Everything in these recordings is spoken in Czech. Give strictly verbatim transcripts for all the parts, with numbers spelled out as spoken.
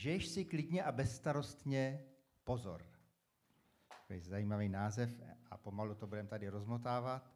Žiješ si klidně a bezstarostně pozor. Takový zajímavý název a pomalu to budeme tady rozmotávat.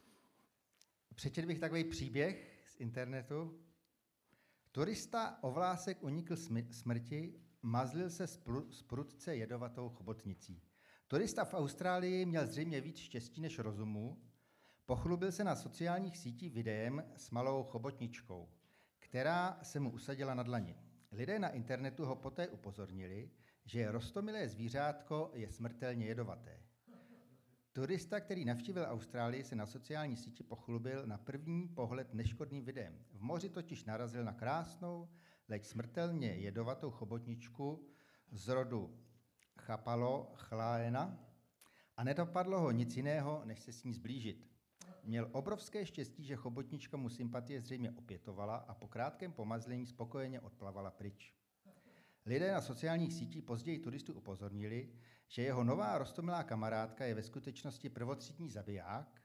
Přečetl bych takový příběh z internetu. Turista o vlásek unikl smrti, mazlil se z prudce jedovatou chobotnicí. Turista v Austrálii měl zřejmě víc štěstí než rozumu. Pochlubil se na sociálních sítích videem s malou chobotničkou, která se mu usadila na dlani. Lidé na internetu ho poté upozornili, že roztomilé zvířátko je smrtelně jedovaté. Turista, který navštívil Austrálii, se na sociální síti pochlubil na první pohled neškodným videem. V moři totiž narazil na krásnou, leč smrtelně jedovatou chobotničku z rodu Chapalochláena a nedopadlo ho nic jiného, než se s ní zblížit. Měl obrovské štěstí, že chobotnička mu sympatie zřejmě opětovala a po krátkém pomazlení spokojeně odplavala pryč. Lidé na sociálních sítích později turistu upozornili, že jeho nová roztomilá kamarádka je ve skutečnosti prvotřídní zabiják.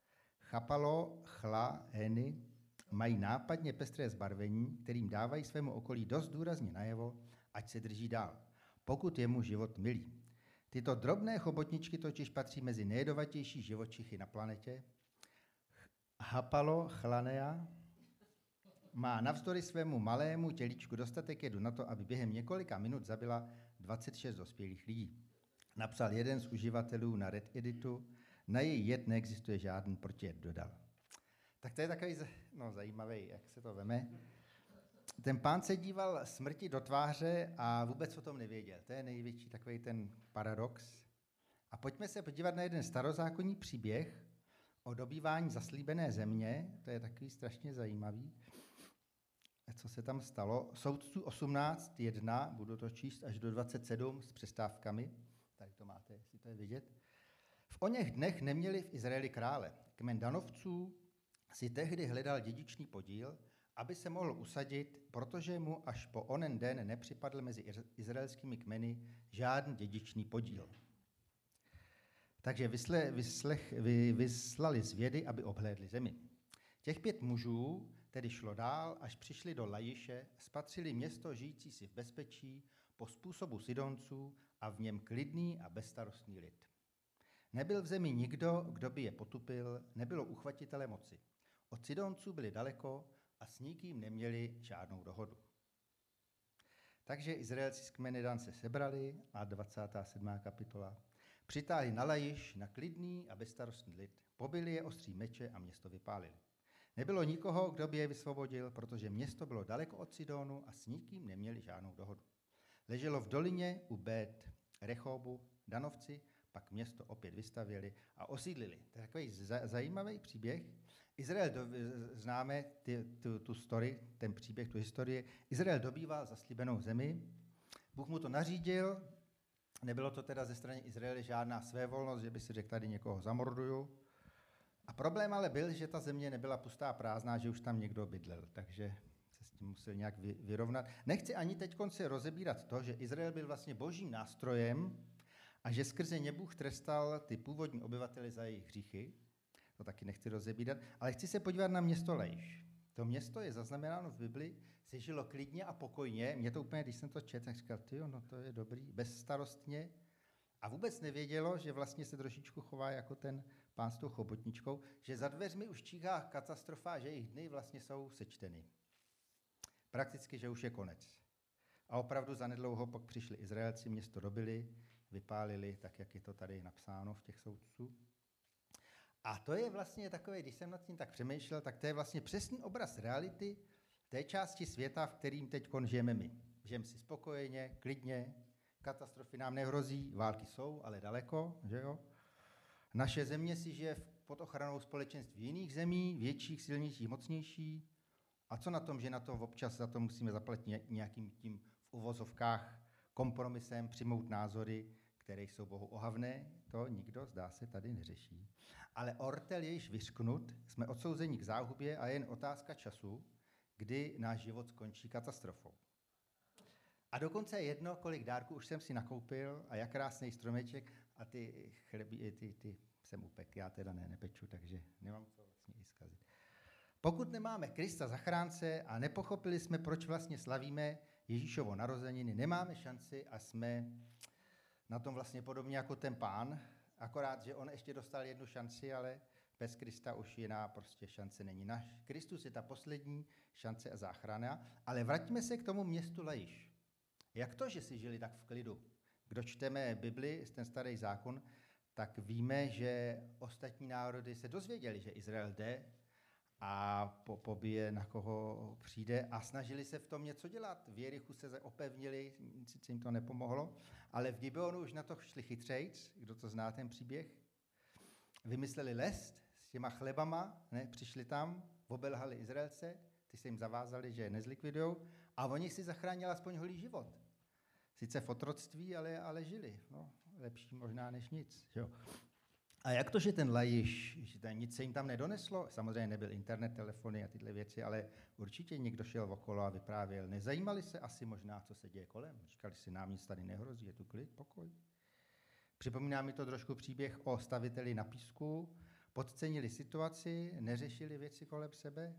Chapalochláeny mají nápadně pestré zbarvení, kterým dávají svému okolí dost důrazně najevo, ať se drží dál, pokud je mu život milý. Tyto drobné chobotničky totiž patří mezi nejjedovatější živočichy na planetě. Chapalochlanea má navzdory svému malému tělíčku dostatek jedu na to, aby během několika minut zabila dvacet šest dospělých lidí. Napsal jeden z uživatelů na Redditu, na její jed neexistuje žádný protijed, dodal. Tak to je takový no, zajímavý, jak se to veme. Ten pán se díval smrti do tváře a vůbec o tom nevěděl. To je největší takový ten paradox. A pojďme se podívat na jeden starozákonní příběh o dobývání zaslíbené země. To je takový strašně zajímavý. Co se tam stalo? Soudců osmnáct jedna, budu to číst až do dvacet sedm s přestávkami. Tady to máte, jestli to je vidět. V oněch dnech neměli v Izraeli krále. Kmen Danovců si tehdy hledal dědičný podíl, aby se mohl usadit, protože mu až po onen den nepřipadl mezi izraelskými kmeny žádný dědičný podíl. Takže vysle, vyslech, vy, vyslali zvědy, aby obhlédli zemi. Těch pět mužů tedy šlo dál, až přišli do Lajiše, spatřili město žijící si v bezpečí po způsobu Sidonců a v něm klidný a bezstarostný lid. Nebyl v zemi nikdo, kdo by je potupil, nebylo uchvatitele moci. Od Sidonců byli daleko a s nikým neměli žádnou dohodu. Takže Izraelci z kmene Dan se sebrali a dvacátá sedmá kapitola. Přitáhli na Lajiš, na klidný a bezstarostný lid, pobili je ostří meče a město vypálili. Nebylo nikoho, kdo by je vysvobodil, protože město bylo daleko od Sidonu a s nikým neměli žádnou dohodu. Leželo v dolině u Bet Rechobu, Danovci pak město opět vystavěli a osídlili. To je takový zajímavý příběh. Izrael, do, známe ty, tu, tu story, ten příběh, tu historii. Izrael dobýval zaslíbenou zemi. Bůh mu to nařídil. Nebylo to teda ze strany Izraele žádná svévolnost, že by si řekl, tady někoho zamorduju. A problém ale byl, že ta země nebyla pustá a prázdná, že už tam někdo bydlel, takže se s tím musel nějak vyrovnat. Nechci ani teď konce rozebírat to, že Izrael byl vlastně božím nástrojem a že skrze ně Bůh trestal ty původní obyvatele za jejich hříchy. To taky nechci rozebírat, ale chci se podívat na město Lajiš. To město je zaznamenáno v Bibli, se žilo klidně a pokojně. Mě to úplně, když jsem to četl, tak říkal, tyjo, no to je dobrý, bezstarostně. A vůbec nevědělo, že vlastně se trošičku chová jako ten pán s tou chobotničkou, že za dveřmi už číhá katastrofa, že jejich dny vlastně jsou sečteny. Prakticky, že už je konec. A opravdu zanedlouho pak přišli Izraelci, město dobili, vypálili, tak jak je to tady napsáno v těch soudců. A to je vlastně takové, když jsem nad tím tak přemýšlel, tak to je vlastně přesný obraz reality té části světa, v kterým teď žijeme my. Žijeme si spokojeně, klidně, katastrofy nám nehrozí, války jsou, ale daleko, že jo? Naše země si žije pod ochranou společenství jiných zemí, větších, silnějších, mocnější. A co na tom, že na to občas za to musíme zaplatit nějakým tím v uvozovkách kompromisem, přijmout názory, které jsou Bohu ohavné, to nikdo, zdá se, tady neřeší. Ale ortel je již vyřknut, jsme odsouzeni k záhubě a je jen otázka času, kdy náš život skončí katastrofou. A dokonce je jedno, kolik dárků už jsem si nakoupil a jak krásný stromeček a ty chleby, ty, ty jsem upek, já teda ne, nepeču, takže nemám co vlastně i zkazit. Pokud nemáme Krista zachránce a nepochopili jsme, proč vlastně slavíme Ježíšovo narozeniny, nemáme šanci a jsme na tom vlastně podobně jako ten pán, akorát, že on ještě dostal jednu šanci, ale bez Krista už jiná prostě šance není. Náš Kristus je ta poslední šance a záchrana, ale vraťme se k tomu městu Lajiš. Jak to, že si žili tak v klidu? Kdo čteme Bibli, ten starý zákon, tak víme, že ostatní národy se dozvěděli, že Izrael jde a po, pobije, na koho přijde a snažili se v tom něco dělat. V Jerichu se opevnili, sice jim to nepomohlo, ale v Gibeonu už na to šli chytřejc, kdo to zná ten příběh. Vymysleli lest s těma chlebama, ne, přišli tam, obelhali Izraelce, ty se jim zavázali, že je nezlikvidujou a oni si zachránili aspoň holý život. Sice v otroctví, ale, ale žili. No, lepší možná než nic. Jo. A jak to, že ten Lajiš, že ten nic se jim tam nedoneslo? Samozřejmě nebyl internet, telefony a tyhle věci, ale určitě někdo šel okolo a vyprávěl. Nezajímali se asi možná, co se děje kolem? Říkali si, nám nic tady nehrozí, je tu klid, pokoj. Připomíná mi to trošku příběh o staviteli na písku. Podcenili situaci, neřešili věci kolem sebe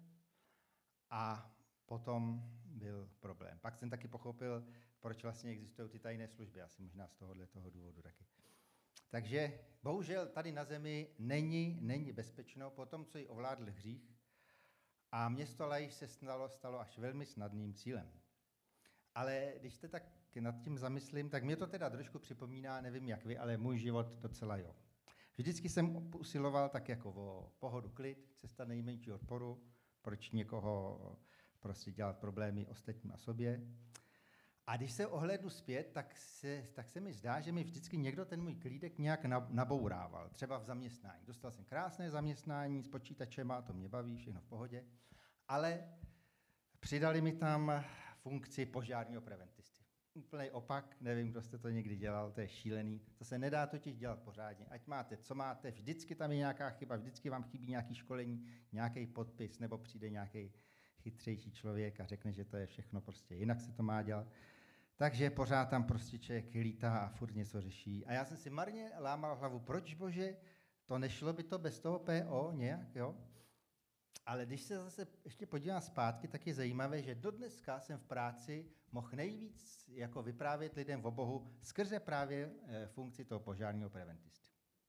a potom byl problém. Pak jsem taky pochopil, proč vlastně existují ty tajné služby, asi možná z tohohle toho důvodu taky. Takže bohužel tady na zemi není, není bezpečno po tom, co ji ovládl hřích a město Lajiš se stalo, stalo až velmi snadným cílem. Ale když se tak nad tím zamyslím, tak mě to teda trošku připomíná, nevím jak vy, ale můj život docela jo. Vždycky jsem usiloval tak jako o pohodu, klid, cesta nejmenší odporu, proč někoho prostě dělat problémy ostatním a sobě. A když se ohlédnu zpět, tak se, tak se mi zdá, že mi vždycky někdo ten můj klídek nějak nabourával. Třeba v zaměstnání. Dostal jsem krásné zaměstnání s počítačema, to mě baví, všechno v pohodě, ale přidali mi tam funkci požárního preventisty. Úplný opak, nevím, kdo jste to někdy dělal, to je šílený. To se nedá totiž dělat pořádně. Ať máte, co máte, vždycky tam je nějaká chyba, vždycky vám chybí nějaký školení, nějaký podpis, nebo přijde nějaký chytřejší člověk a řekne, že to je všechno prostě jinak se to má dělat. Takže pořád tam prostě člověk lítá a furt něco řeší. A já jsem si marně lámal hlavu, proč bože, to nešlo by to bez toho P O nějak, jo? Ale když se zase ještě podívám zpátky, tak je zajímavé, že dodneska jsem v práci mohl nejvíc jako vyprávět lidem o Bohu skrze právě funkci toho požárního preventisty.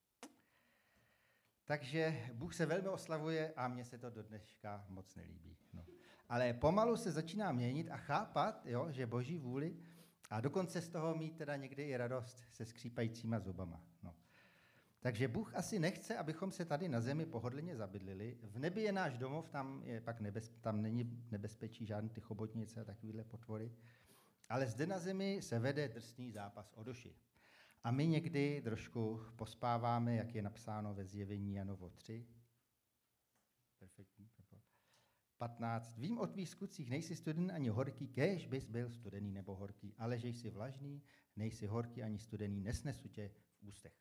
Takže Bůh se velmi oslavuje a mně se to do dneška moc nelíbí. No. Ale pomalu se začíná měnit a chápat, jo, že Boží vůli a dokonce z toho mít teda někdy i radost se skřípajícíma zubama. No. Takže Bůh asi nechce, abychom se tady na zemi pohodlně zabydlili. V nebi je náš domov, tam, je pak nebez, tam není nebezpečí žádný ty chobotnice a takovýhle potvory. Ale zde na zemi se vede drsný zápas o duši. A my někdy trošku pospáváme, jak je napsáno ve Zjevení Janovo tři. Perfektní. patnáct. Vím o tvých skutcích, nejsi studený ani horký, kéž bys byl studený nebo horký, ale že jsi vlažný, nejsi horký ani studený, nesnesu tě v ústech.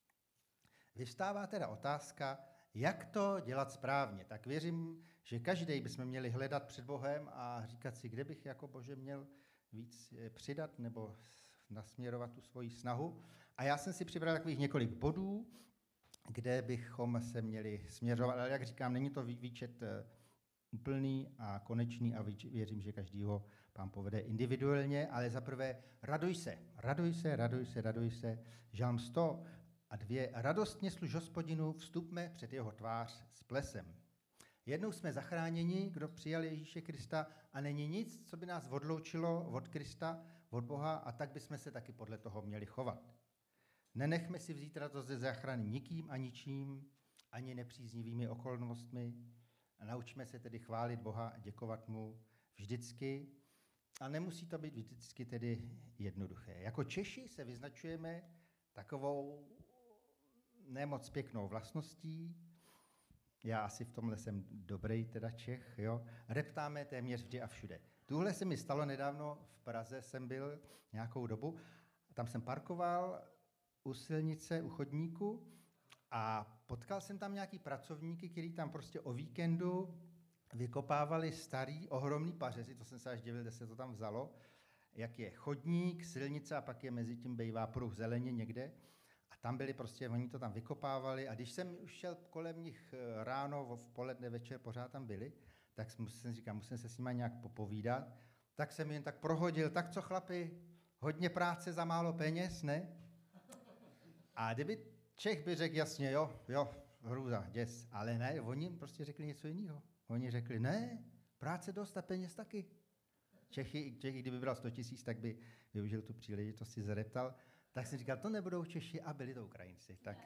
Vyvstává teda otázka, jak to dělat správně. Tak věřím, že každý bychom měli hledat před Bohem a říkat si, kde bych jako Bože měl víc přidat nebo nasměrovat tu svoji snahu. A já jsem si přibral takových několik bodů, kde bychom se měli směřovat. Ale jak říkám, není to výčet úplný a konečný a věřím, že každýho Pán povede individuálně, ale za prvé raduj se, raduj se, raduj se, raduj se. Žalm sto a dvě. Radostně služ Hospodinu, vstupme před jeho tvář s plesem. Jednou jsme zachráněni, kdo přijal Ježíše Krista a není nic, co by nás odloučilo od Krista, od Boha a tak bychom se taky podle toho měli chovat. Nenechme si vzít radost ze záchrany nikým a ničím, ani nepříznivými okolnostmi a naučme se tedy chválit Boha a děkovat mu vždycky a nemusí to být vždycky tedy jednoduché. Jako Češi se vyznačujeme takovou nemoc pěknou vlastností, já asi v tomhle jsem dobrý teda Čech, jo, reptáme téměř vždy a všude. Tuhle se mi stalo nedávno, v Praze jsem byl nějakou dobu, tam jsem parkoval u silnice, u chodníku a potkal jsem tam nějaký pracovníky, kteří tam prostě o víkendu vykopávali starý, ohromný pařezy, to jsem se až divil, kde se to tam vzalo, jak je chodník, silnice a pak je mezi tím bývá pruh zeleně někde. A tam byli prostě, oni to tam vykopávali a když jsem už šel kolem nich ráno, v poledne, večer, pořád tam byli, tak jsem říkal, musím se s nimi nějak popovídat. Tak jsem jen tak prohodil, tak co chlapi, hodně práce za málo peněz, ne? A kdyby Čech by řekl jasně, jo, jo, hrůza, děs, ale ne, oni jim prostě řekli něco jiného. Oni řekli, ne, práce dost a peněz taky. Čechy, Čechy kdyby bral sto tisíc, tak by využil tu příležitost, si zareptal. Tak jsem říkal, to nebudou Češi a byli to Ukrajinci. Tak.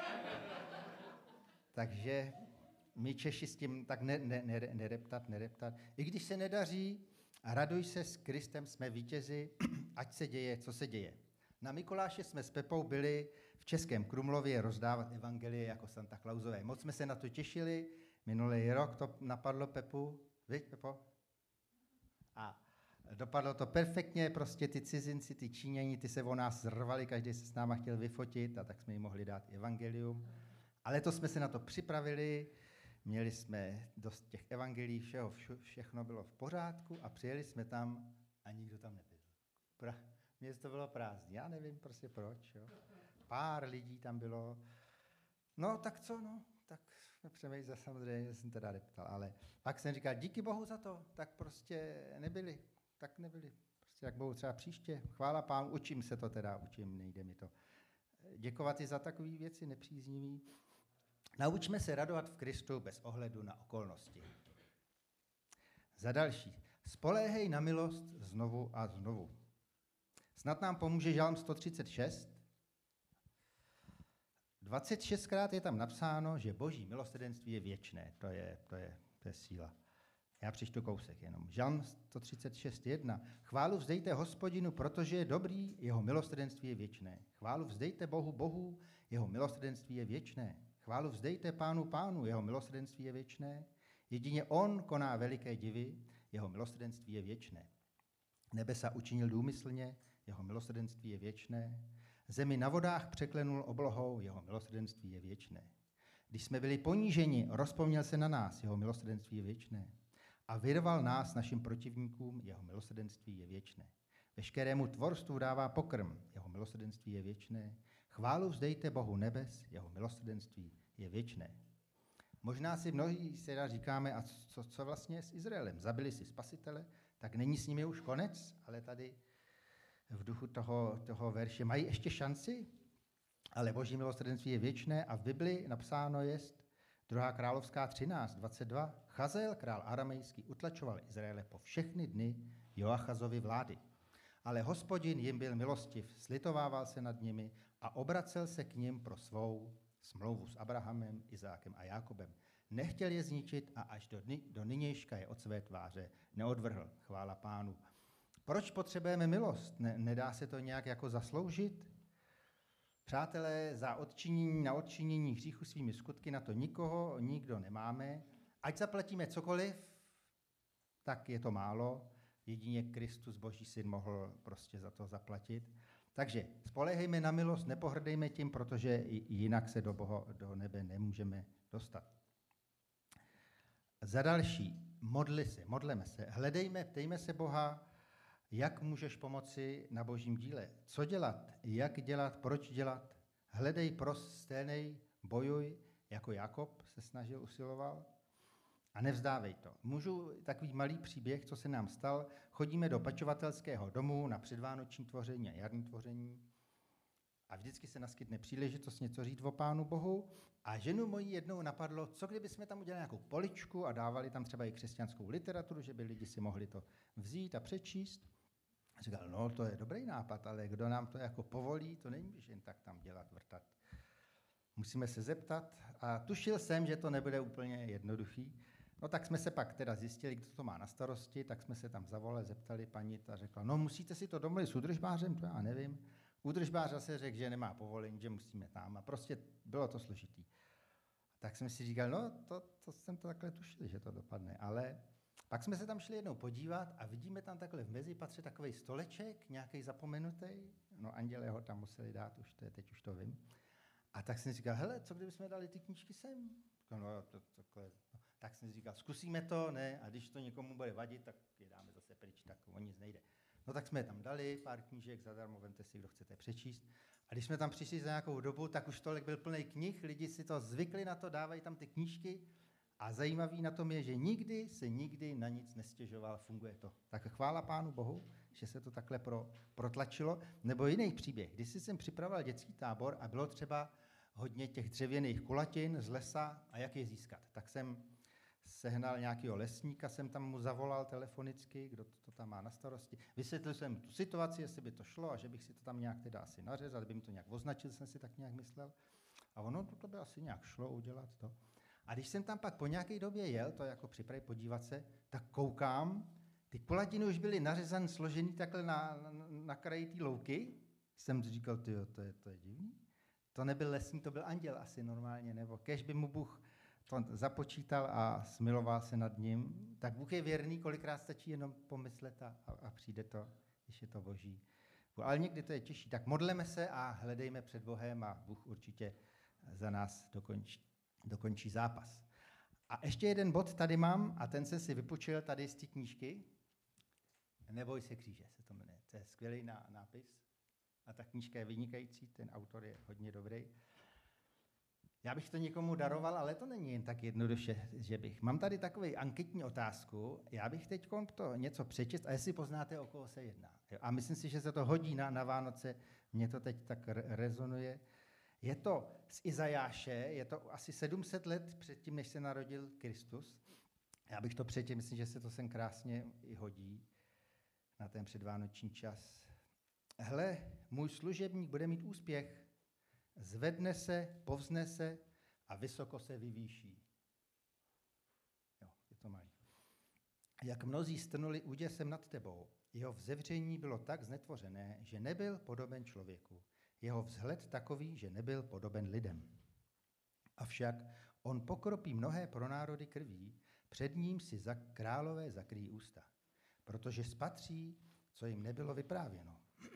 Takže my Češi s tím tak ne, ne, ne, nereptat, nereptat. I když se nedaří, raduj se, s Kristem jsme vítězi, ať se děje, co se děje. Na Mikuláše jsme s Pepou byli v Českém Krumlově rozdávat evangelie jako Santa Clausové. Moc jsme se na to těšili, minulý rok to napadlo Pepu, viď, Pepo? A dopadlo to perfektně, prostě ty cizinci, ty Číňani, ty se o nás zrvali, každý se s náma chtěl vyfotit a tak jsme jim mohli dát evangelium. Ale to jsme se na to připravili, měli jsme dost těch evangelií, všeho, všechno bylo v pořádku a přijeli jsme tam a nikdo tam nebyl. Pra, město bylo prázdné, já nevím prostě proč. Jo. Pár lidí tam bylo. No tak co, no, tak jsme přemýšleli, samozřejmě jsem teda neptal, ale pak jsem říkal, díky Bohu za to, tak prostě nebyli, tak nebyli. Prostě jak Bohu třeba příště, chvála Pánu, učím se to teda, učím, nejde mi to. Děkovat i za takové věci nepříznivý. Naučme se radovat v Kristu bez ohledu na okolnosti. Za další, spoléhej na milost znovu a znovu. Snad nám pomůže Žalm sto třicet šest. dvacet šestkrát je tam napsáno, že Boží milosrdenství je věčné. To je, to je, to je síla. Já přečtu kousek jenom. Žalm sto třicet šest jedna. Chválu vzdejte Hospodinu, protože je dobrý, jeho milosrdenství je věčné. Chválu vzdejte Bohu, Bohu, jeho milosrdenství je věčné. Chválu vzdejte Pánu, Pánu, jeho milosrdenství je věčné. Jedině on koná veliké divy, jeho milosrdenství je věčné. Nebesa učinil důmyslně, jeho milosrdenství je věčné. Zemi na vodách překlenul oblohou, jeho milosrdenství je věčné. Když jsme byli poníženi, rozpomněl se na nás, jeho milosrdenství je věčné. A vyrval nás našim protivníkům, jeho milosrdenství je věčné. Veškerému tvorstvu dává pokrm, jeho milosrdenství je věčné. Chválu vzdejte Bohu nebes, jeho milosrdenství je věčné. Možná si mnohí se říkáme, a co, co vlastně je s Izraelem? Zabili si spasitele, tak není s nimi už konec, ale tady v duchu toho, toho verše mají ještě šanci, ale Boží milosrdenství je věčné a v Bibli napsáno jest druhá královská třináct dvacet dva. Chazael, král aramejský, utlačoval Izraele po všechny dny Joachazovy vlády. Ale Hospodin jim byl milostiv, slitovával se nad nimi a obracel se k nim pro svou smlouvu s Abrahamem, Izákem a Jákobem. Nechtěl je zničit a až do, dny, do nynějška je od své tváře neodvrhl. Chvála Pánu. Proč potřebujeme milost? Ne, nedá se to nějak jako zasloužit? Přátelé, za odčinění na odčinění hříchu svými skutky na to nikoho, nikdo nemáme. Ať zaplatíme cokoliv, tak je to málo. Jedině Kristus, Boží syn, mohl prostě za to zaplatit. Takže spoléhejme na milost, nepohrdejme tím, protože jinak se do, Boha, do nebe nemůžeme dostat. Za další, modli se, modleme se, hledejme, ptejme se Boha, jak můžeš pomoci na Božím díle. Co dělat, jak dělat, proč dělat. Hledej, pros, sténej, bojuj, jako Jakob se snažil, usiloval. A nevzdávej to. Můžu takový malý příběh, co se nám stal. Chodíme do pečovatelského domu na předvánoční tvoření a jarní tvoření a vždycky se naskytne příležitost něco říct o Pánu Bohu a ženu mojí jednou napadlo, co kdyby jsme tam udělali nějakou poličku a dávali tam třeba i křesťanskou literaturu, že by lidi si mohli to vzít a přečíst. A říkal, no to je dobrý nápad, ale kdo nám to jako povolí, to není jen tak tam dělat, vrtat. Musíme se zeptat a tušil jsem, že to nebude úplně jednoduchý. No tak jsme se pak teda zjistili, kdo to má na starosti, tak jsme se tam zavolali, zeptali paní, ta řekla, no musíte si to domluvit s údržbářem, to já nevím. Údržbář zase řekl, že nemá povolení, že musíme tam a prostě bylo to složitý. Tak jsme si říkali, no to, to jsem to takhle tušil, že to dopadne, ale pak jsme se tam šli jednou podívat a vidíme tam takhle v mezipatře takový stoleček, nějaký zapomenutý, no andělé ho tam museli dát, už to je, teď už to vím. A tak jsem si říkal, hele, co kdybychom dali ty knížky sem? No, to, takhle, no. Tak jsem si říkal, zkusíme to, ne, a když to někomu bude vadit, tak je dáme zase pryč, tak o nic nejde. No tak jsme je tam dali, pár knížek zadarmo, vemte si, kdo chcete přečíst. A když jsme tam přišli za nějakou dobu, tak už tolik byl plný knih, lidi si to zvykli na to, dávají tam ty knížky A zajímavý na tom je, že nikdy se nikdy na nic nestěžoval, funguje to. Tak chvála Pánu Bohu, že se to takhle pro, protlačilo. Nebo jiný příběh. Když jsem připravoval dětský tábor a bylo třeba hodně těch dřevěných kulatin z lesa a jak je získat. Tak jsem sehnal nějakého lesníka, jsem tam mu zavolal telefonicky, kdo to, to tam má na starosti. Vysvětlil jsem tu situaci, jestli by to šlo a že bych si to tam nějak teda asi nařezal, by mi to nějak označil, jsem si tak nějak myslel. A ono to, to by asi nějak šlo udělat to. A když jsem tam pak po nějaké době jel, to jako připravit podívat se, tak koukám, ty kulatiny už byly nařezané, složený takhle na, na, na kraji té louky. Jsem si říkal, tyjo, to je, to je divný. To nebyl lesník, to byl anděl asi normálně, nebo kež by mu Bůh to započítal a smiloval se nad ním. Tak Bůh je věrný, kolikrát stačí jenom pomyslet a, a, a přijde to, když je to boží. Ale někdy to je těžší. Tak modleme se a hledejme před Bohem a Bůh určitě za nás dokončí, dokončí zápas. A ještě jeden bod tady mám a ten jsem si vypůjčil tady z té knížky. Neboj se kříže se to jmenuje. To je skvělý nápis. A ta knížka je vynikající, ten autor je hodně dobrý. Já bych to někomu daroval, ale to není jen tak jednoduše, že bych. Mám tady takovou anketní otázku, já bych teď to něco přečest a jestli poznáte, o koho se jedná. A myslím si, že se to hodí na, na Vánoce, mně to teď tak rezonuje. Je to z Izajáše, je to asi sedm set let předtím, než se narodil Kristus. Já bych to přečetl, myslím, že se to sem krásně i hodí na ten předvánoční čas. Hle, můj služebník bude mít úspěch, zvedne se, povznese a vysoko se vyvýší. Jo, je to malý. Jak mnozí strnuli úděsem nad tebou, jeho vzevření bylo tak znetvořené, že nebyl podoben člověku. Jeho vzhled takový, že nebyl podoben lidem. Avšak on pokropí mnohé pronárody krví, před ním si za králové zakryjí ústa, protože spatří, co jim nebylo vyprávěno.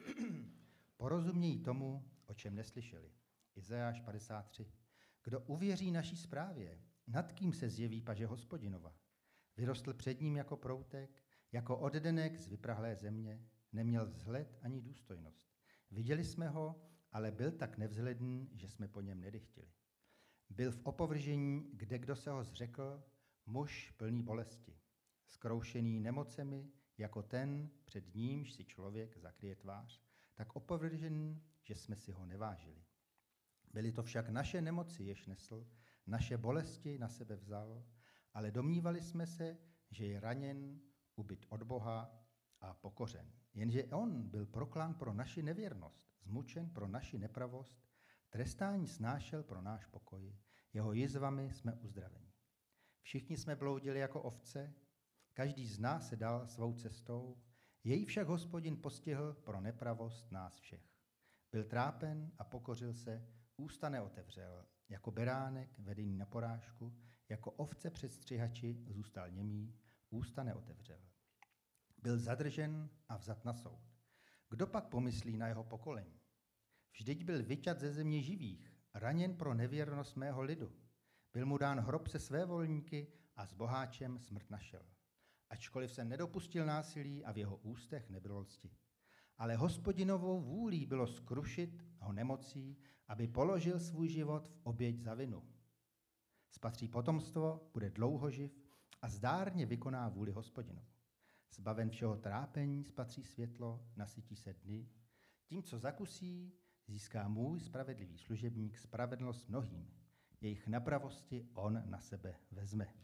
Porozumějí tomu, o čem neslyšeli. Izajáš padesát tři. Kdo uvěří naší zprávě, nad kým se zjeví paže Hospodinova? Vyrostl před ním jako proutek, jako oddenek z vyprahlé země, neměl vzhled ani důstojnost. Viděli jsme ho, ale byl tak nevzhledný, že jsme po něm nedychtili. Byl v opovržení, kde kdo se ho zřekl, muž plný bolesti, zkroušený nemocemi, jako ten, před nímž si člověk zakryje tvář, tak opovržený, že jsme si ho nevážili. Byly to však naše nemoci, jež nesl, naše bolesti na sebe vzal, ale domnívali jsme se, že je raněn, ubyt od Boha a pokořen. Jenže on byl proklán pro naši nevěrnost, zmučen pro naši nepravost, trestání snášel pro náš pokoj, jeho jizvami jsme uzdraveni. Všichni jsme bloudili jako ovce, každý z nás se dal svou cestou, jej však Hospodin postihl pro nepravost nás všech. Byl trápen a pokořil se, ústa neotevřel, jako beránek vedený na porážku, jako ovce před střihači zůstal němý, ústa neotevřel. Byl zadržen a vzat na soud. Kdo pak pomyslí na jeho pokolení? Vždyť byl vyťat ze země živých, raněn pro nevěrnost mého lidu. Byl mu dán hrob se své volníky a s boháčem smrt našel. Ačkoliv se nedopustil násilí a v jeho ústech nebylo lsti. Ale Hospodinovou vůlí bylo skrušit ho nemocí, aby položil svůj život v oběť za vinu. Spatří potomstvo, bude dlouhoživ a zdárně vykoná vůli Hospodinovu. Zbaven všeho trápení spatří světlo, nasytí se dny. Tím, co zakusí, získá můj spravedlivý služebník spravedlnost mnohým. Jejich napravosti on na sebe vezme.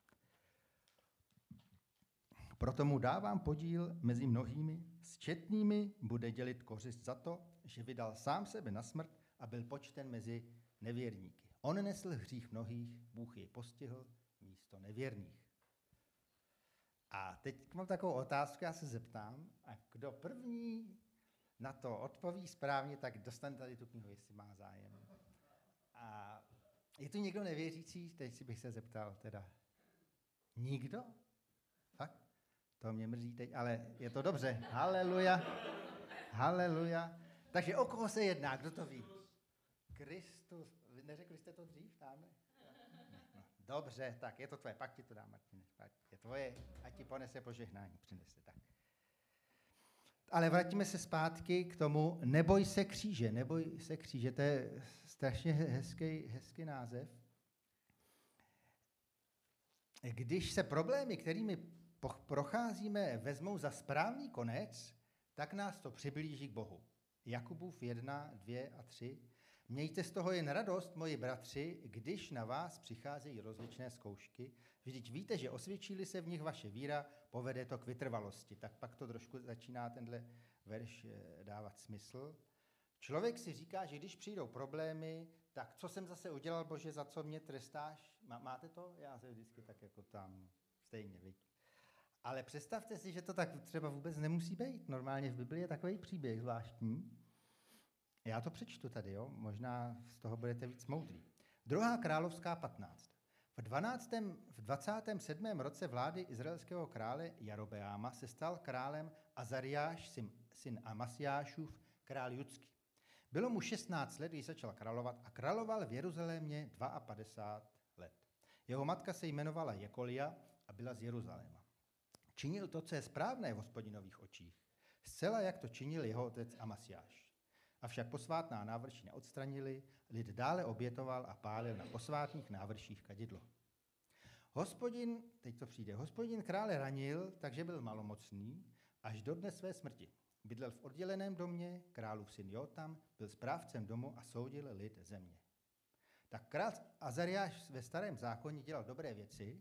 Proto mu dávám podíl mezi mnohými, s četnými bude dělit kořist za to, že vydal sám sebe na smrt a byl počten mezi nevěrníky. On nesl hřích mnohých, Bůh jej postihl místo nevěrných. A teď mám takovou otázku, já se zeptám, a kdo první na to odpoví správně, tak dostane tady tu knihu, jestli má zájem. A je tu někdo nevěřící? Teď si bych se zeptal teda. Nikdo? Fakt? To mě mrzí teď, ale je to dobře. Haleluja. Haleluja. Takže o koho se jedná? Kdo to ví? Kristus. Neřekli jste to dřív tamhle? No, dobře, tak je to tvoje. Pak ti to dám, Martine. Pak je tvoje, ať ti ponese požehnání. Přinese tak. Ale vrátíme se zpátky k tomu neboj se kříže. Neboj se kříže. To je strašně hezký, hezký název. když se problémy, kterými procházíme, vezmou za správný konec, tak nás to přiblíží k Bohu. Jakubův jedna, dvě a tři. Mějte z toho jen radost, moji bratři, když na vás přicházejí rozličné zkoušky. Vždyť víte, že osvědčí-li se v nich vaše víra, povede to k vytrvalosti. Tak pak to trošku začíná tenhle verš dávat smysl. Člověk si říká, že když přijdou problémy, tak co jsem zase udělal, Bože, za co mě trestáš? Máte to? Já se vždycky tak jako tam stejně, viď? Ale představte si, že to tak třeba vůbec nemusí být. Normálně v Biblii je takový příběh zvláštní. Já to přečtu tady, jo? Možná z toho budete víc moudrý. Druhá královská patnáct. V, dvanáctém, v dvacátém sedmém roce vlády izraelského krále Jarobeáma se stal králem Azariáš, syn, syn Amasiášův, král judský. Bylo mu šestnáct let, když začal královat a královal v Jeruzalémě padesát dva let. Jeho matka se jmenovala Jekolia a byla z Jeruzaléma. Činil to, co je správné v Hospodinových očích, zcela jak to činil jeho otec Amasiáš. Avšak posvátná návrší neodstranili, lid dále obětoval a pálil na posvátných návrších kadidlo. Hospodin, teď to přijde, hospodin krále ranil, takže byl malomocný, až do dne své smrti. Bydlel v odděleném domě, králův syn Jotam byl správcem domu a soudil lid země. Tak král Azariáš ve starém zákoně dělal dobré věci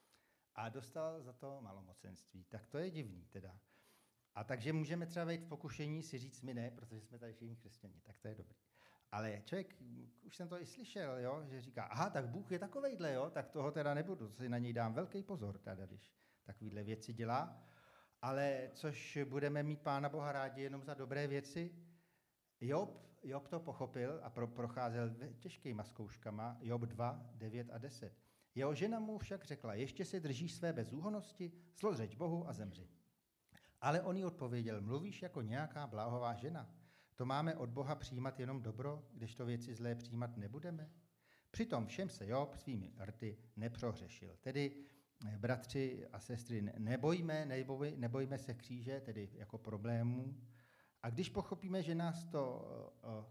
a dostal za to malomocenství. Tak to je divný teda. A takže můžeme třeba vejít v pokušení si říct my ne, protože jsme tady všichni křesťani, tak to je dobrý. Ale člověk, už jsem to i slyšel, jo, že říká, aha, tak Bůh je takovejhle, jo, tak toho teda nebudu, to si na něj dám velký pozor, teda, když takovýhle věci dělá. Ale což budeme mít Pána Boha rádi jenom za dobré věci. Job, Job to pochopil a pro, procházel těžkýma zkouškama, Job dva, devět a deset. Jeho žena mu však řekla, ještě si držíš své bezúhonnosti, zlořeč Bohu a zemři. Ale on jí odpověděl, mluvíš jako nějaká bláhová žena. To máme od Boha přijímat jenom dobro, když to věci zlé přijímat nebudeme? Přitom všem se Job svými rty neprohřešil. Tedy, bratři a sestry, nebojme, neboj, nebojme se kříže, tedy jako problémů. A když pochopíme, že nás to uh,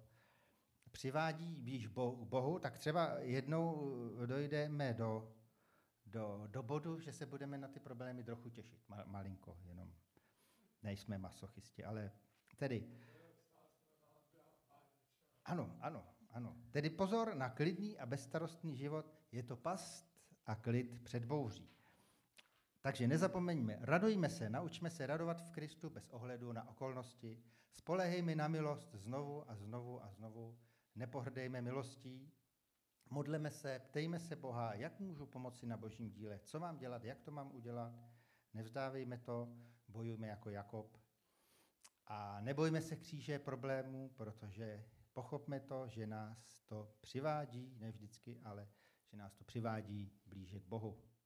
přivádí blíž Bohu, tak třeba jednou dojdeme do, do, do bodu, že se budeme na ty problémy trochu těšit. Mal, malinko, jenom nejsme masochisti, ale tedy... Ano, ano, ano. Tedy pozor na klidný a bezstarostný život, je to past a klid před bouří. Takže nezapomeňme, radujme se, naučme se radovat v Kristu bez ohledu na okolnosti, spolehejme na milost znovu a znovu a znovu, nepohrdejme milostí, modleme se, ptejme se Boha, jak můžu pomoci na božím díle, co mám dělat, jak to mám udělat, nevzdávejme to, bojujme jako Jakob a nebojme se kříže problémů, protože pochopme to, že nás to přivádí, ne vždycky, ale že nás to přivádí blíže k Bohu.